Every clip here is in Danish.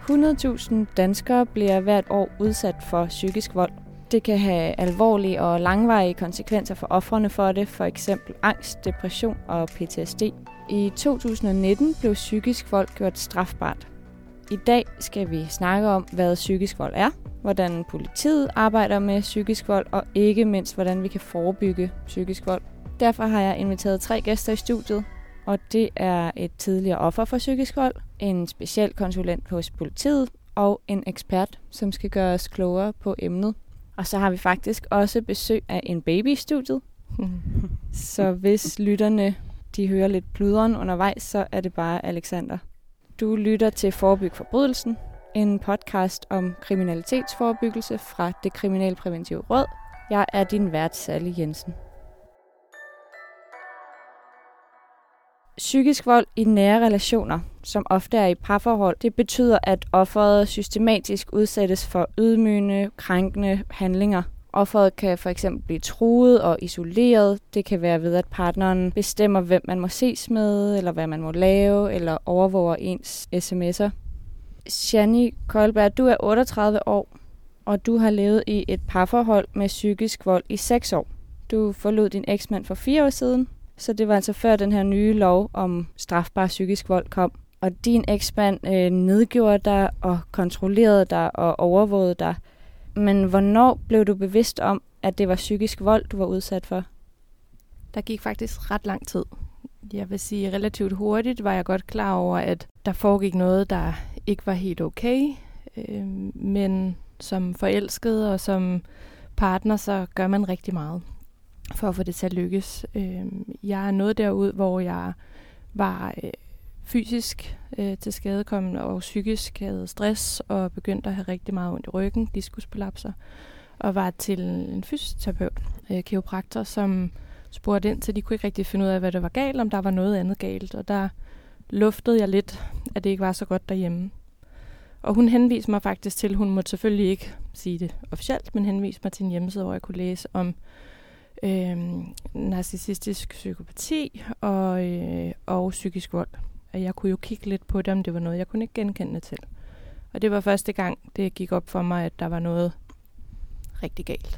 100.000 danskere bliver hvert år udsat for psykisk vold. Det kan have alvorlige og langvarige konsekvenser for ofrene for det, for eksempel angst, depression og PTSD. I 2019 blev psykisk vold gjort strafbart. I dag skal vi snakke om, hvad psykisk vold er, hvordan politiet arbejder med psykisk vold, og ikke mindst, hvordan vi kan forebygge psykisk vold. Derfor har jeg inviteret 3 gæster i studiet, og det er et tidligere offer for psykisk vold, en specialkonsulent hos politiet og en ekspert, som skal gøre os klogere på emnet. Og så har vi faktisk også besøg af en baby i studiet. Så hvis lytterne de hører lidt pludren undervejs, så er det bare Alexander. Du lytter til Forebyg Forbrydelsen, en podcast om kriminalitetsforebyggelse fra Det Kriminalpræventive Råd. Jeg er din vært, Sally Jensen. Psykisk vold i nære relationer, som ofte er i parforhold, det betyder, at offeret systematisk udsættes for ydmygende, krænkende handlinger. Offeret kan for eksempel blive truet og isoleret. Det kan være ved, at partneren bestemmer, hvem man må ses med, eller hvad man må lave, eller overvåger ens sms'er. Shani Koldberg, du er 38 år, og du har levet i et parforhold med psykisk vold i 6 år. Du forlod din eksmand for 4 år siden, så det var altså før den her nye lov om strafbar psykisk vold kom. Og din eksmand nedgjorde dig og kontrollerede dig og overvågede dig. Men hvornår blev du bevidst om, at det var psykisk vold, du var udsat for? Der gik faktisk ret lang tid. Jeg vil sige, relativt hurtigt var jeg godt klar over, at der foregik noget, der ikke var helt okay. Men som forelsket og som partner, så gør man rigtig meget for at få det til at lykkes. Jeg er nået derud, hvor jeg var fysisk til skadekommen og psykisk havde stress og begyndte at have rigtig meget ondt i ryggen, diskusprolapser, og var til en fysioterapeut, kiropraktor, som spurgte ind til, de kunne ikke rigtig finde ud af, hvad der var galt, om der var noget andet galt, og der luftede jeg lidt, at det ikke var så godt derhjemme. Og hun henviste mig faktisk til, hun måtte selvfølgelig ikke sige det officielt, men henviste mig til en hjemmeside, hvor jeg kunne læse om narcissistisk psykopati og psykisk vold. Og jeg kunne jo kigge lidt på det, om det var noget, jeg kunne ikke genkende til. Og det var første gang, det gik op for mig, at der var noget rigtig galt.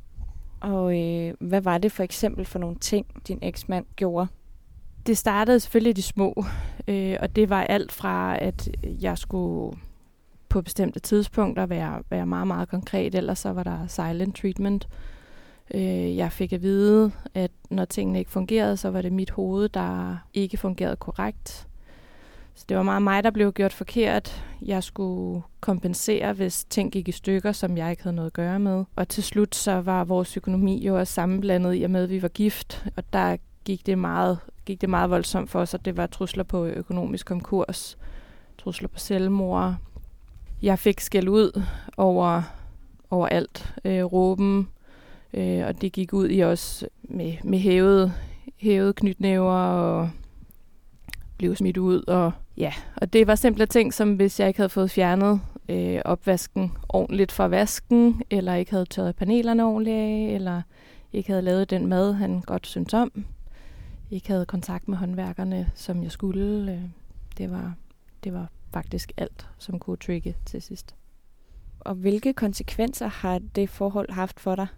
Og hvad var det for eksempel for nogle ting, din eksmand gjorde? Det startede selvfølgelig i de små, og det var alt fra, at jeg skulle på bestemte tidspunkter være meget, meget konkret, ellers så var der silent treatment. Jeg fik at vide, at når tingene ikke fungerede, så var det mit hoved, der ikke fungerede korrekt. Så det var meget mig, der blev gjort forkert. Jeg skulle kompensere, hvis ting gik i stykker, som jeg ikke havde noget at gøre med. Og til slut så var vores økonomi jo også sammenblandet i og med, at vi var gift. Og der gik det meget voldsomt for os, og det var trusler på økonomisk konkurs, trusler på selvmord. Jeg fik skæld ud over alt, råben, og det gik ud i os med hævede knytnæver og blev smidt ud. Og det var simple ting, som hvis jeg ikke havde fået fjernet opvasken ordentligt fra vasken, eller ikke havde tørret panelerne ordentligt af, eller ikke havde lavet den mad, han godt syntes om, ikke havde kontakt med håndværkerne, som jeg skulle. Det var faktisk alt, som kunne trigge til sidst. Og hvilke konsekvenser har det forhold haft for dig?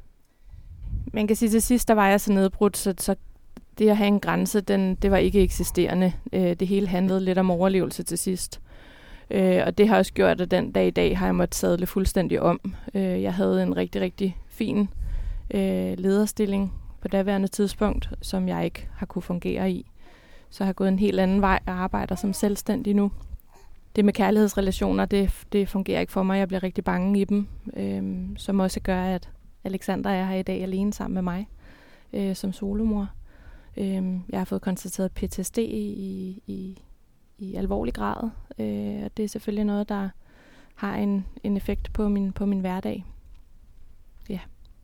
Man kan sige, til sidst, der var jeg så nedbrudt, så det at have en grænse, det var ikke eksisterende. Det hele handlede lidt om overlevelse til sidst. Og det har også gjort, at den dag i dag har jeg måttet sadle fuldstændig om. Jeg havde en rigtig, rigtig fin lederstilling på daværende tidspunkt, som jeg ikke har kunne fungere i. Så jeg har gået en helt anden vej og arbejder som selvstændig nu. Det med kærlighedsrelationer, det fungerer ikke for mig. Jeg bliver rigtig bange i dem, som også gør, at Alexander er her i dag alene sammen med mig som solomor. Jeg har fået konstateret PTSD i alvorlig grad, og det er selvfølgelig noget, der har en effekt på min hverdag. Ja.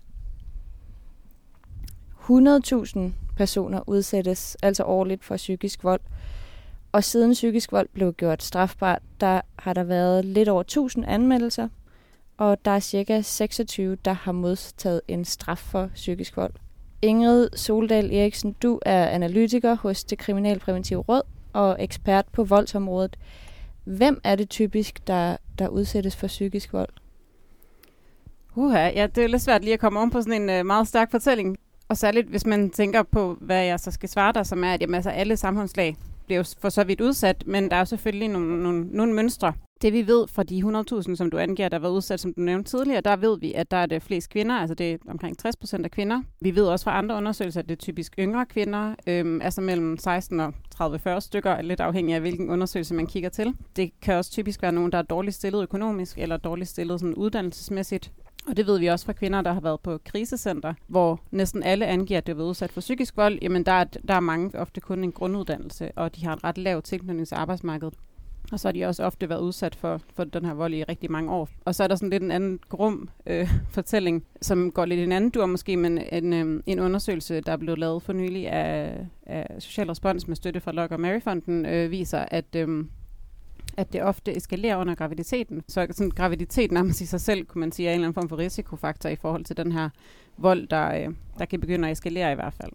100.000 personer udsættes altså årligt for psykisk vold. Og siden psykisk vold blev gjort strafbart, der har der været lidt over 1000 anmeldelser, og der er cirka 26, der har modtaget en straf for psykisk vold. Ingrid Soldal Eriksen, du er analytiker hos Det Kriminalpræventive Råd og ekspert på voldsområdet. Hvem er det typisk, der udsættes for psykisk vold? Ja, det er lidt svært lige at komme om på sådan en meget stærk fortælling. Og særligt, hvis man tænker på, hvad jeg så skal svare dig, som er, at jamen, altså, alle samfundslag bliver jo for så vidt udsat, men der er jo selvfølgelig nogle mønstre. Det vi ved fra de 100.000, som du angiver, der var udsat, som du nævnte tidligere, der ved vi, at der er det flest kvinder, altså det er omkring 60% af kvinder. Vi ved også fra andre undersøgelser, at det er typisk yngre kvinder, altså mellem 16 og 30-40 stykker, lidt afhængig af hvilken undersøgelse man kigger til. Det kan også typisk være nogen, der er dårligt stillet økonomisk, eller dårligt stillet sådan uddannelsesmæssigt. Og det ved vi også fra kvinder, der har været på krisecenter, hvor næsten alle angiver, at det har været udsat for psykisk vold. Jamen der er mange ofte kun en grunduddannelse, og de har en ret lav tilknytning til arbejdsmarkedet. Og så har de også ofte været udsat for den her vold i rigtig mange år. Og så er der sådan lidt en anden grum fortælling, som går lidt i en anden dur måske, men en undersøgelse, der er blevet lavet for nylig af Social Respons med støtte fra Lock og Mary-fonden, viser, at det ofte eskalerer under graviditeten. Så sådan, graviditet nærmest i sig selv, kunne man sige, er en eller anden form for risikofaktor i forhold til den her vold, der kan begynde at eskalere i hvert fald.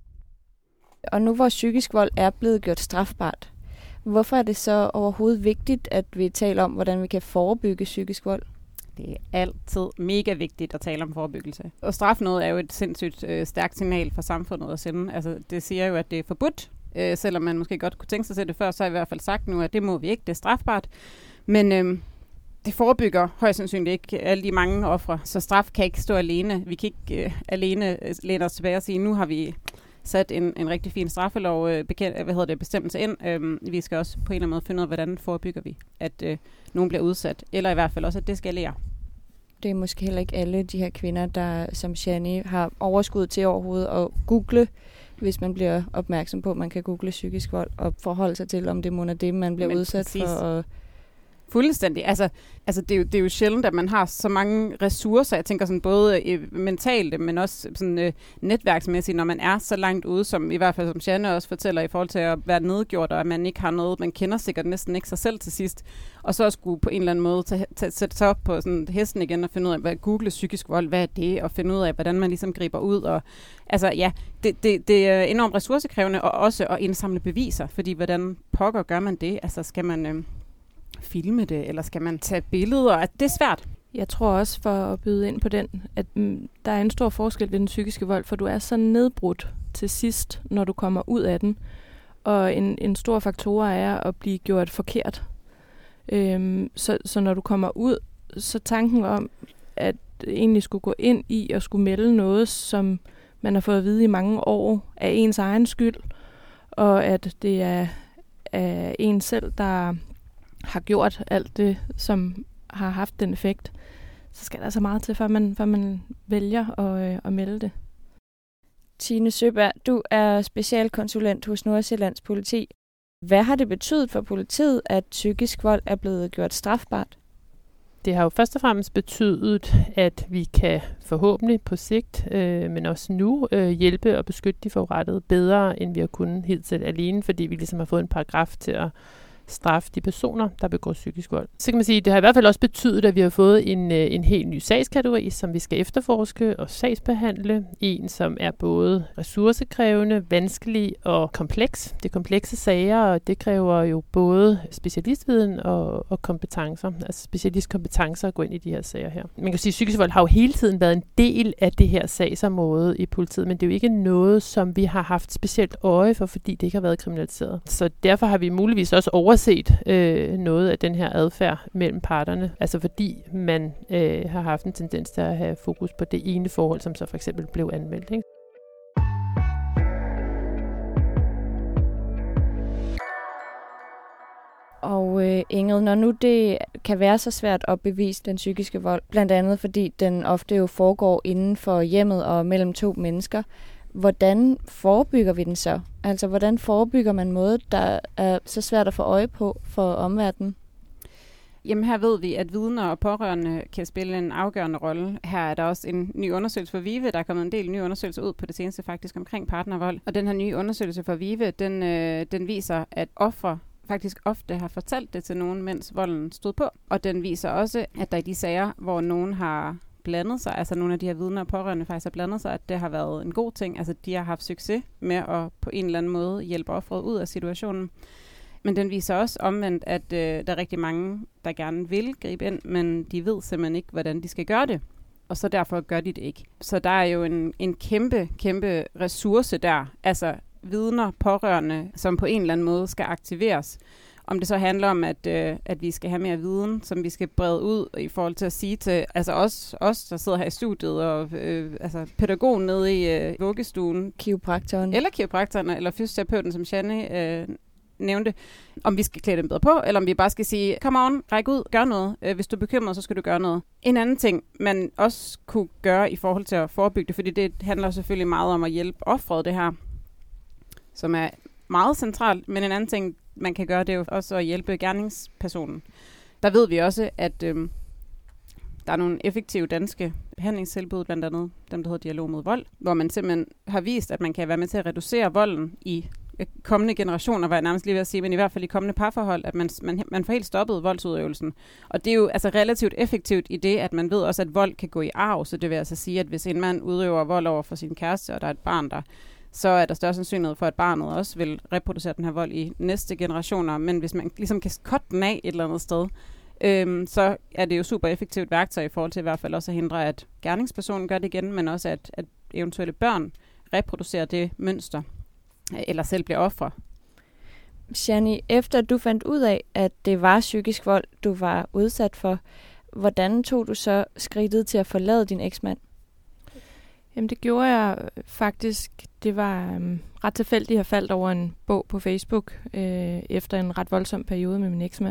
Og nu hvor psykisk vold er blevet gjort strafbart, hvorfor er det så overhovedet vigtigt, at vi taler om, hvordan vi kan forebygge psykisk vold? Det er altid mega vigtigt at tale om forebyggelse. Og straf noget er jo et sindssygt stærkt signal for samfundet at sende. Altså, det siger jo, at det er forbudt. Selvom man måske godt kunne tænke sig til det før, så har jeg i hvert fald sagt nu, at det må vi ikke, det er strafbart. Men det forebygger højst sandsynligt ikke alle de mange ofre, så straf kan ikke stå alene. Vi kan ikke alene læne os tilbage og sige, nu har vi sat en rigtig fin straffelov bestemmelse ind. Vi skal også på en eller anden måde finde ud af, hvordan forebygger vi, at nogen bliver udsat, eller i hvert fald også, at det skalerer. Det er måske heller ikke alle de her kvinder, der som Shani har overskud til overhovedet at google, hvis man bliver opmærksom på, at man kan google psykisk vold og forholde sig til, om det må det, man bliver udsat præcis. for. Fuldstændig. Altså det er jo sjældent, at man har så mange ressourcer. Jeg tænker sådan både mentalt, men også sådan netværksmæssigt, når man er så langt ude, som i hvert fald som Janne også fortæller, i forhold til at være nedgjort, og at man ikke har noget, man kender sikkert næsten ikke sig selv til sidst, og så skulle på en eller anden måde sætte sig op på sådan hesten igen og finde ud af, hvad google psykisk vold, hvad er det, og finde ud af, hvordan man ligesom griber ud. Og altså ja, det er enormt ressourcekrævende, og også at indsamle beviser, fordi hvordan pokker gør man det? Altså skal man filme det, eller skal man tage billeder? Det er svært. Jeg tror også, for at byde ind på den, at der er en stor forskel ved den psykiske vold, for du er så nedbrudt til sidst, når du kommer ud af den. Og en stor faktor er at blive gjort forkert. Så når du kommer ud, så tanken om, at egentlig skulle gå ind i og skulle melde noget, som man har fået at vide i mange år, af ens egen skyld, og at det er en selv, der har gjort alt det, som har haft den effekt, så skal der så meget til, før man vælger at melde det. Tine Søberg, du er specialkonsulent hos Nordsjællands Politi. Hvad har det betydet for politiet, at psykisk vold er blevet gjort strafbart? Det har jo først og fremmest betydet, at vi kan forhåbentlig på sigt, men også nu, hjælpe og beskytte de forurettede bedre, end vi har kunnet hidtil alene, fordi vi ligesom har fået en paragraf til at straffe de personer, der begår psykisk vold. Så kan man sige, det har i hvert fald også betydet, at vi har fået en helt ny sagskategori, som vi skal efterforske og sagsbehandle. En, som er både ressourcekrævende, vanskelig og kompleks. Det er komplekse sager, og det kræver jo både specialistviden og kompetencer. Altså specialistkompetencer at gå ind i de her sager her. Man kan sige, at psykisk vold har jo hele tiden været en del af det her sagsområde i politiet, men det er jo ikke noget, som vi har haft specielt øje for, fordi det ikke har været kriminaliseret. Så derfor har vi muligvis også overset noget af den her adfærd mellem parterne. Altså fordi man har haft en tendens til at have fokus på det ene forhold, som så for eksempel blev anmeldt. Ikke? Og Ingrid, når nu det kan være så svært at bevise den psykiske vold, blandt andet fordi den ofte jo foregår inden for hjemmet og mellem to mennesker, hvordan forebygger vi den så? Altså, hvordan forebygger man noget, der er så svært at få øje på for omverdenen? Jamen, her ved vi, at vidner og pårørende kan spille en afgørende rolle. Her er der også en ny undersøgelse for VIVE. Der er kommet en del nye undersøgelser ud på det seneste faktisk omkring partnervold. Og den her nye undersøgelse for VIVE, den viser, at ofre faktisk ofte har fortalt det til nogen, mens volden stod på. Og den viser også, at der i de sager, hvor nogen har blandet sig, altså nogle af de her vidner og pårørende faktisk har blandet sig, at det har været en god ting. Altså de har haft succes med at på en eller anden måde hjælpe offeret ud af situationen. Men den viser også omvendt, at der er rigtig mange, der gerne vil gribe ind, men de ved simpelthen ikke, hvordan de skal gøre det. Og så derfor gør de det ikke. Så der er jo en kæmpe, kæmpe ressource der. Altså vidner, pårørende, som på en eller anden måde skal aktiveres. Om det så handler om, at vi skal have mere viden, som vi skal brede ud i forhold til at sige til altså os der sidder her i studiet, og altså pædagogen nede i vuggestuen. Kiropraktoren. Eller kiropraktoren, eller fysioterapeuten, som Janne nævnte. Om vi skal klæde dem bedre på, eller om vi bare skal sige, come on, ræk ud, gør noget. Hvis du er bekymret, så skal du gøre noget. En anden ting, man også kunne gøre i forhold til at forebygge det, fordi det handler selvfølgelig meget om at hjælpe offeret, det her, som er meget centralt, men en anden ting, man kan gøre, det er jo også at hjælpe gerningspersonen. Der ved vi også, at der er nogle effektive danske behandlingstilbud, blandt andet dem, der hedder Dialog mod Vold, hvor man simpelthen har vist, at man kan være med til at reducere volden i kommende generationer, var jeg nærmest lige ved at sige, men i hvert fald i kommende parforhold, at man får helt stoppet voldsudøvelsen. Og det er jo altså relativt effektivt i det, at man ved også, at vold kan gå i arv, så det vil altså sige, at hvis en mand udøver vold over for sin kæreste, og der er et barn der, så er der større sandsynlighed for, at barnet også vil reproducere den her vold i næste generationer. Men hvis man ligesom kan cutte den af et eller andet sted, så er det jo super effektivt værktøj i forhold til i hvert fald også at hindre, at gerningspersonen gør det igen, men også at eventuelle børn reproducerer det mønster, eller selv bliver ofre. Shani, efter du fandt ud af, at det var psykisk vold, du var udsat for, hvordan tog du så skridtet til at forlade din eksmand? Jamen det gjorde jeg faktisk. Det var ret tilfældigt, at jeg faldt over en bog på Facebook efter en ret voldsom periode med min eksmand,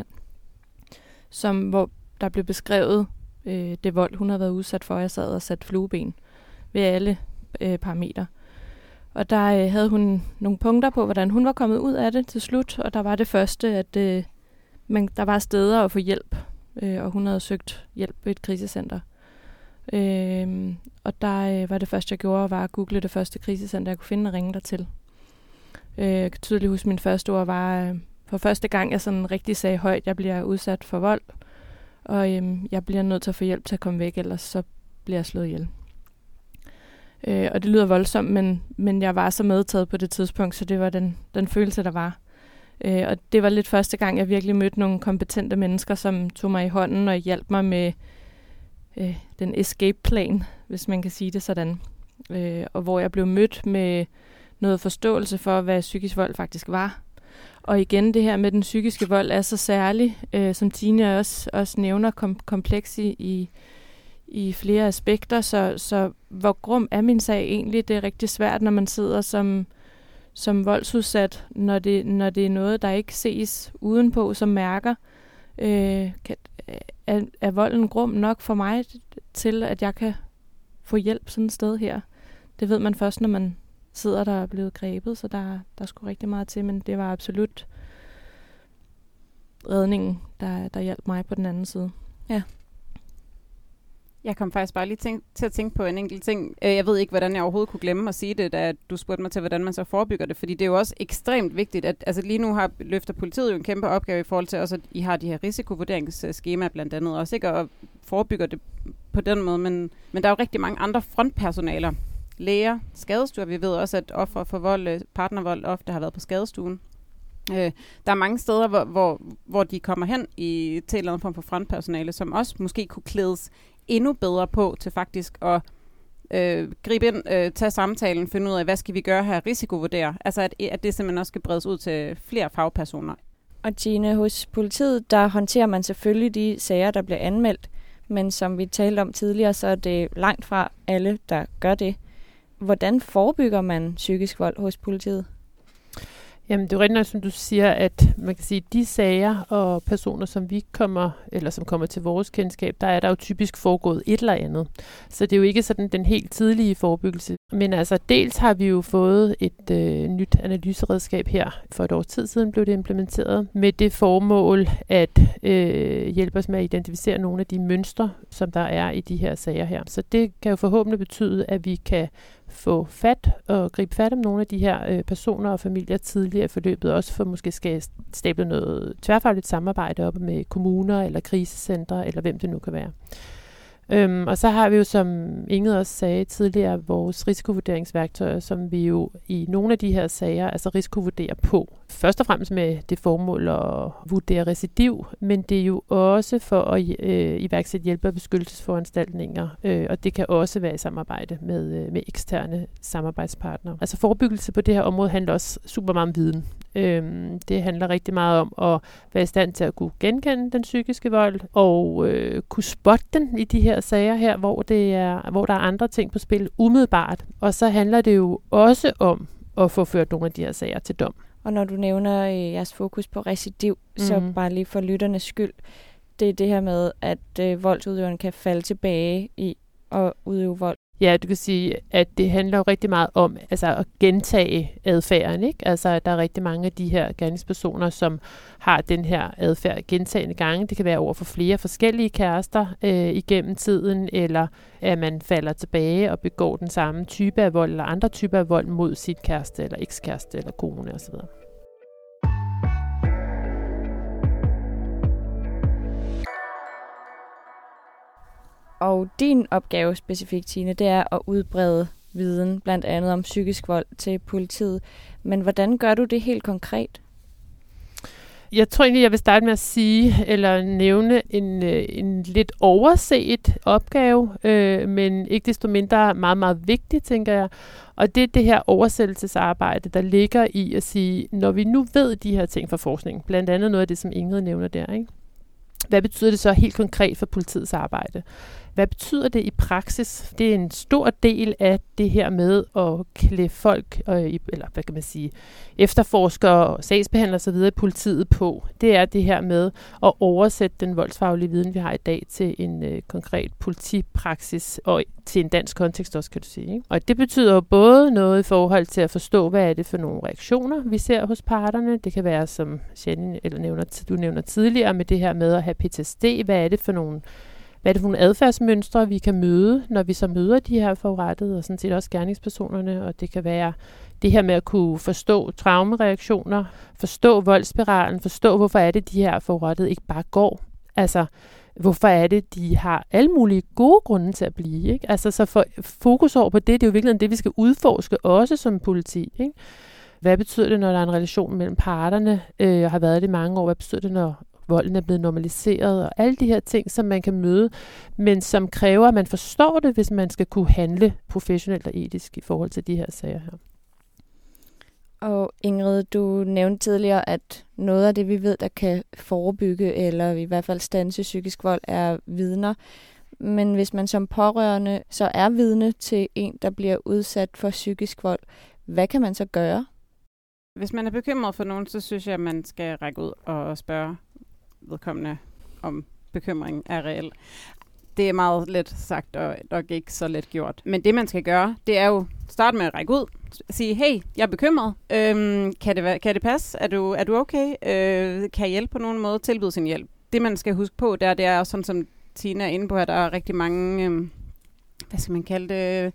hvor der blev beskrevet det vold, hun havde været udsat for. Jeg sad og satte flueben ved alle parametre. Og der havde hun nogle punkter på, hvordan hun var kommet ud af det til slut. Og der var det første, at der var steder at få hjælp, og hun havde søgt hjælp ved et krisecenter. Og der var det første, jeg gjorde, var at google det første krisecenter, jeg kunne finde og ringe dertil. Jeg kan tydeligt huske, min første ord var, for første gang, jeg sådan rigtig sagde højt, jeg bliver udsat for vold, og jeg bliver nødt til at få hjælp til at komme væk, ellers så bliver jeg slået ihjel. Og det lyder voldsomt, men jeg var så medtaget på det tidspunkt, så det var den følelse, der var. Og det var lidt første gang, jeg virkelig mødte nogle kompetente mennesker, som tog mig i hånden og hjalp mig med den escape-plan, hvis man kan sige det sådan. Og hvor jeg blev mødt med noget forståelse for, hvad psykisk vold faktisk var. Og igen, det her med den psykiske vold er så særlig, som Tine også nævner, kompleks i flere aspekter. Så hvor grum er min sag egentlig? Det er rigtig svært, når man sidder som voldsudsat, når det er noget, der ikke ses udenpå, som mærker. Er volden grum nok for mig til, at jeg kan få hjælp sådan et sted her? Det ved man først, når man sidder der og er blevet grebet, så der skulle rigtig meget til, men det var absolut redningen, der hjalp mig på den anden side. Ja. Jeg kom faktisk bare lige til at tænke på en enkelt ting. Jeg ved ikke, hvordan jeg overhovedet kunne glemme at sige det, da du spurgte mig til, hvordan man så forebygger det, fordi det er jo også ekstremt vigtigt, at altså lige nu løfter politiet jo en kæmpe opgave i forhold til også, at I har de her risikovurderingsskemaer blandt andet, også ikke at forebygge det på den måde, men der er jo rigtig mange andre frontpersonaler, læger, skadestuer. Vi ved også, at ofre for vold, partnervold ofte har været på skadestuen. Der er mange steder, hvor de kommer hen til en eller anden form for frontpersonale, som også måske kunne klædes endnu bedre på til faktisk at gribe ind, tage samtalen, finde ud af, hvad skal vi gøre her, risikovurdere. Altså at det simpelthen også skal bredes ud til flere fagpersoner. Og Tine, hos politiet, der håndterer man selvfølgelig de sager, der bliver anmeldt, men som vi talte om tidligere, så er det langt fra alle, der gør det. Hvordan forebygger man psykisk vold hos politiet? Jamen, det er jo rigtig nok, som du siger, at man kan sige, de sager og personer, som som kommer til vores kendskab, der er der jo typisk foregået et eller andet. Så det er jo ikke sådan den helt tidlige forebyggelse. Men altså, dels har vi jo fået et nyt analyseredskab her. For et års tid siden blev det implementeret med det formål at hjælpe os med at identificere nogle af de mønstre, som der er i de her sager her. Så det kan jo forhåbentlig betyde, at vi kan få fat og gribe fat om nogle af de her personer og familier tidligere i forløbet, også for måske skal stable noget tværfagligt samarbejde op med kommuner eller krisecentre, eller hvem det nu kan være. Og så har vi jo, som Ingrid også sagde tidligere, vores risikovurderingsværktøjer, som vi jo i nogle af de her sager altså risikovurderer på. Først og fremmest med det formål at vurdere recidiv, men det er jo også for at iværksætte hjælpe- og beskyttelsesforanstaltninger, og det kan også være i samarbejde med eksterne samarbejdspartnere. Altså forebyggelse på det her område handler også super meget om viden. Det handler rigtig meget om at være i stand til at kunne genkende den psykiske vold og kunne spotte den i de her sager her, hvor der er andre ting på spil umiddelbart. Og så handler det jo også om at få ført nogle af de her sager til dom. Og når du nævner jeres fokus på recidiv, så bare lige for lytternes skyld, det er det her med, at voldsudøveren kan falde tilbage i at udøve vold. Ja, du kan sige, at det handler jo rigtig meget om at gentage adfærden, ikke? Altså, der er rigtig mange af de her gerningspersoner, som har den her adfærd gentagende gange. Det kan være over for flere forskellige kærester igennem tiden, eller at man falder tilbage og begår den samme type af vold, eller andre typer af vold mod sit kæreste, eller ekskæreste, eller kone osv. Og din opgave specifikt, Tine, det er at udbrede viden, blandt andet om psykisk vold til politiet. Men hvordan gør du det helt konkret? Jeg tror egentlig, jeg vil starte med at sige, eller nævne en lidt overset opgave, men ikke desto mindre meget, meget vigtig, tænker jeg. Og det er det her oversættelsesarbejde, der ligger i at sige, når vi nu ved de her ting fra forskningen, blandt andet noget af det, som Ingrid nævner der, ikke? Hvad betyder det så helt konkret for politiets arbejde? Hvad betyder det i praksis? Det er en stor del af det her med at klæde folk, eller hvad kan man sige, efterforskere og sagsbehandlere osv. i politiet på. Det er det her med at oversætte den voldsfaglige viden, vi har i dag, til en konkret politipraksis og til en dansk kontekst også, kan du sige. Ikke? Og det betyder jo både noget i forhold til at forstå, hvad er det for nogle reaktioner, vi ser hos parterne. Det kan være, som Jenny du nævner tidligere, med det her med at have PTSD. Hvad er det for nogle adfærdsmønstre, vi kan møde, når vi så møder de her forurettede, og sådan set også gerningspersonerne, og det kan være det her med at kunne forstå traumereaktioner, forstå voldsspiralen, forstå, hvorfor er det, de her forurettede ikke bare går. Altså, hvorfor er det, de har alle mulige gode grunde til at blive, ikke? Altså, så for fokus over på det er jo virkelig det, vi skal udforske også som politi, ikke? Hvad betyder det, når der er en relation mellem parterne, og har været det i mange år? Hvad betyder det, når volden er blevet normaliseret, og alle de her ting, som man kan møde, men som kræver, at man forstår det, hvis man skal kunne handle professionelt og etisk i forhold til de her sager her. Og Ingrid, du nævnte tidligere, at noget af det, vi ved, der kan forebygge, eller i hvert fald standse psykisk vold, er vidner. Men hvis man som pårørende så er vidne til en, der bliver udsat for psykisk vold, hvad kan man så gøre? Hvis man er bekymret for nogen, så synes jeg, at man skal række ud og spørge vedkommende, om bekymringen er reel. Det er meget let sagt, og nok ikke så let gjort. Men det, man skal gøre, det er jo starte med at række ud. Sige, hey, jeg er bekymret. Kan det passe? Er du okay? Kan jeg hjælpe på nogen måde? Tilbyde sin hjælp. Det, man skal huske på, det er også sådan, som Tina er inde på, at der er rigtig mange, hvad skal man kalde det,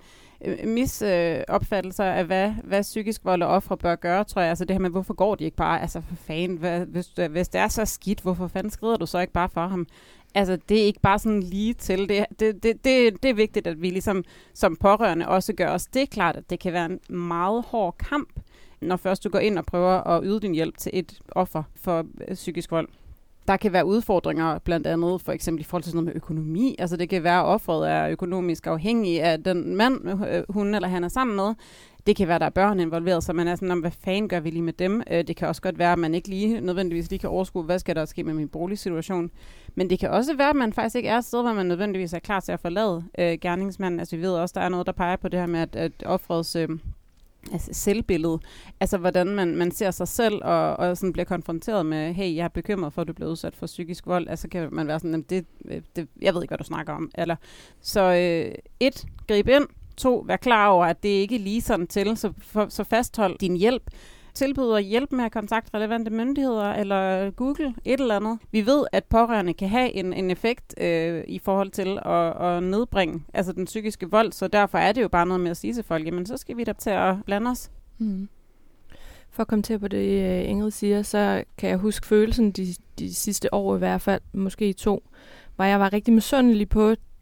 misopfattelser af, hvad psykisk vold og ofre bør gøre, tror jeg. Altså det her med, hvorfor går de ikke bare? Altså for fanden, hvis det er så skidt, hvorfor fanden skrider du så ikke bare for ham? Altså det er ikke bare sådan lige til. Det er vigtigt, at vi ligesom som pårørende også gør os. Det er klart, at det kan være en meget hård kamp, når først du går ind og prøver at yde din hjælp til et offer for psykisk vold. Der kan være udfordringer, blandt andet for eksempel i forhold til sådan noget med økonomi. Altså det kan være, at offeret er økonomisk afhængig af den mand, hun eller han er sammen med. Det kan være, at der er børn involveret, så man er sådan, hvad fanden gør vi lige med dem? Det kan også godt være, at man ikke nødvendigvis lige kan overskue, hvad skal der ske med min boligsituation. Men det kan også være, at man faktisk ikke er et sted, hvor man nødvendigvis er klar til at forlade gerningsmanden. Altså vi ved også, der er noget, der peger på det her med, at offerets selvbillede, altså hvordan man ser sig selv og sådan bliver konfronteret med, hey, jeg er bekymret for, at du bliver udsat for psykisk vold, altså kan man være sådan, det, jeg ved ikke, hvad du snakker om. Eller, så 1, grib ind, 2, vær klar over, at det ikke er lige sådan til, så fasthold din hjælp. Tilbyder hjælp med at kontakte relevante myndigheder eller Google, et eller andet. Vi ved, at pårørende kan have en effekt i forhold til at nedbringe altså den psykiske vold, så derfor er det jo bare noget med at sige til folk, jamen så skal vi da til at blande os. Mm. For at komme til på det, Ingrid siger, så kan jeg huske følelsen de sidste år i hvert fald, måske 2, hvor jeg var rigtig misundelig på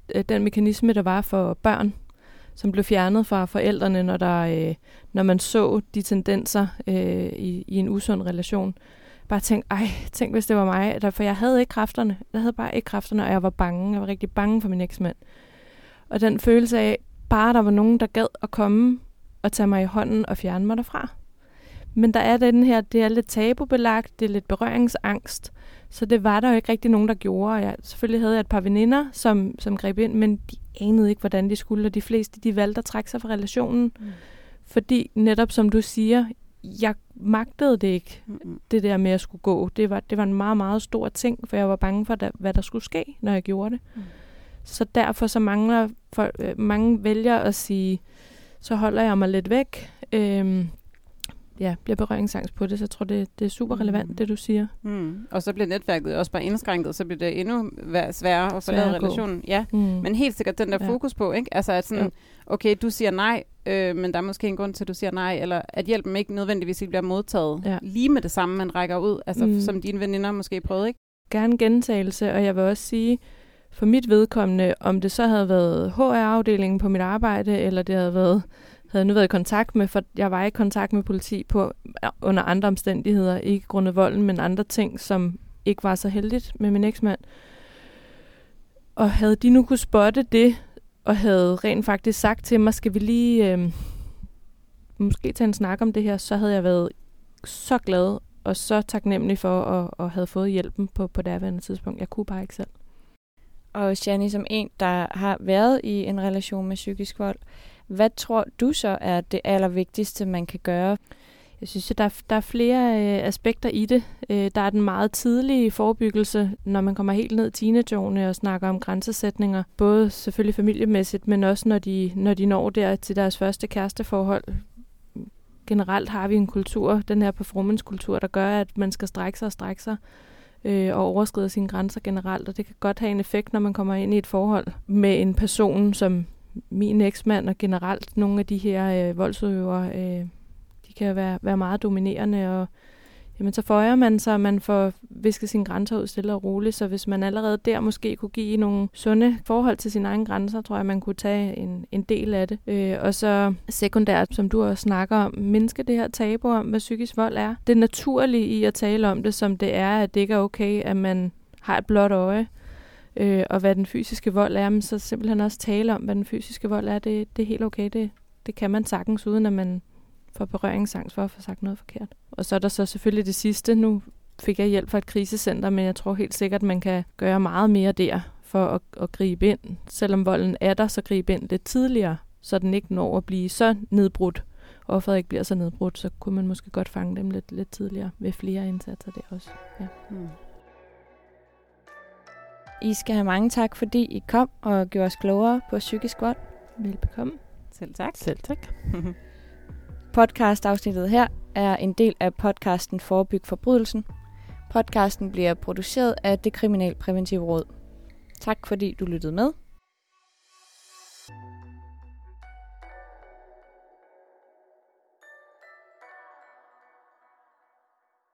den mekanisme, der var for børn, som blev fjernet fra forældrene, når man så de tendenser i en usund relation. Bare tænk hvis det var mig. For jeg havde ikke kræfterne. Jeg havde bare ikke kræfterne, og jeg var bange. Jeg var rigtig bange for min eksmand. Og den følelse af, bare der var nogen, der gad at komme og tage mig i hånden og fjerne mig derfra. Men der er den her, det er lidt tabubelagt, det er lidt berøringsangst, så det var der jo ikke rigtig nogen, der gjorde. Selvfølgelig havde jeg et par veninder, som greb ind, men de anede ikke, hvordan de skulle, og de fleste, de valgte at trække sig fra relationen. Fordi netop som du siger, jeg magtede det ikke, det der med at skulle gå. Det var en meget, meget stor ting, for jeg var bange for, hvad der skulle ske, når jeg gjorde det. Så derfor så mangler mange vælger at sige, så holder jeg mig lidt væk. Bliver berøringsangst på det, så jeg tror, det er super relevant, det du siger. Og så bliver netværket også bare indskrænket, så bliver det endnu sværere at forlade relationen. Ja, men helt sikkert den der fokus på, ikke? Altså at sådan, okay, du siger nej, men der er måske en grund til, at du siger nej, eller at hjælpen ikke nødvendigvis bliver modtaget lige med det samme, man rækker ud, altså som dine veninder måske prøvede, ikke? Gerne gentagelse, og jeg vil også sige, for mit vedkommende, om det så havde været HR-afdelingen på mit arbejde, eller det havde nu været i kontakt med, for jeg var i kontakt med politi under andre omstændigheder, ikke grundet volden, men andre ting, som ikke var så heldigt med min eksmand. Og havde de nu kunne spotte det, og havde rent faktisk sagt til mig, skal vi lige måske tage en snak om det her, så havde jeg været så glad og så taknemmelig for at have fået hjælpen på derværende tidspunkt. Jeg kunne bare ikke selv. Og Shani, som en, der har været i en relation med psykisk vold, hvad tror du så er det allervigtigste, man kan gøre? Jeg synes, at der er flere aspekter i det. Der er den meget tidlige forebyggelse, når man kommer helt ned i teenageårene og snakker om grænsesætninger. Både selvfølgelig familiemæssigt, men også når de når der til deres første kæresteforhold. Generelt har vi en kultur, den her performance-kultur, der gør, at man skal strække sig og overskride sine grænser generelt. Og det kan godt have en effekt, når man kommer ind i et forhold med en person, som min eksmand og generelt nogle af de her voldsudøvere, de kan være meget dominerende, og jamen, så føjer man sig, og man får visket sine grænser ud stille og roligt, så hvis man allerede der måske kunne give nogle sunde forhold til sine egne grænser, tror jeg, man kunne tage en del af det. Og så sekundært, som du også snakker om, mindske det her tabu om, hvad psykisk vold er. Det naturlige i at tale om det, som det er, at det ikke er okay, at man har et blåt øje, og hvad den fysiske vold er, men så simpelthen også tale om, hvad den fysiske vold er. Det er helt okay. Det kan man sagtens, uden at man får berøringsangst for at få sagt noget forkert. Og så er der så selvfølgelig det sidste. Nu fik jeg hjælp fra et krisecenter, men jeg tror helt sikkert, at man kan gøre meget mere der for at gribe ind. Selvom volden er der, så gribe ind lidt tidligere, så den ikke når at blive så nedbrudt. Og offeret ikke bliver så nedbrudt, så kunne man måske godt fange dem lidt tidligere ved flere indsatser der også. Ja. I skal have mange tak, fordi I kom og gjorde os klogere på psykisk vold. Velbekomme. Selv tak. Selv tak. Podcast-afsnittet her er en del af podcasten Forebyg forbrydelsen. Podcasten bliver produceret af Det Kriminalpræventive Råd. Tak fordi du lyttede med.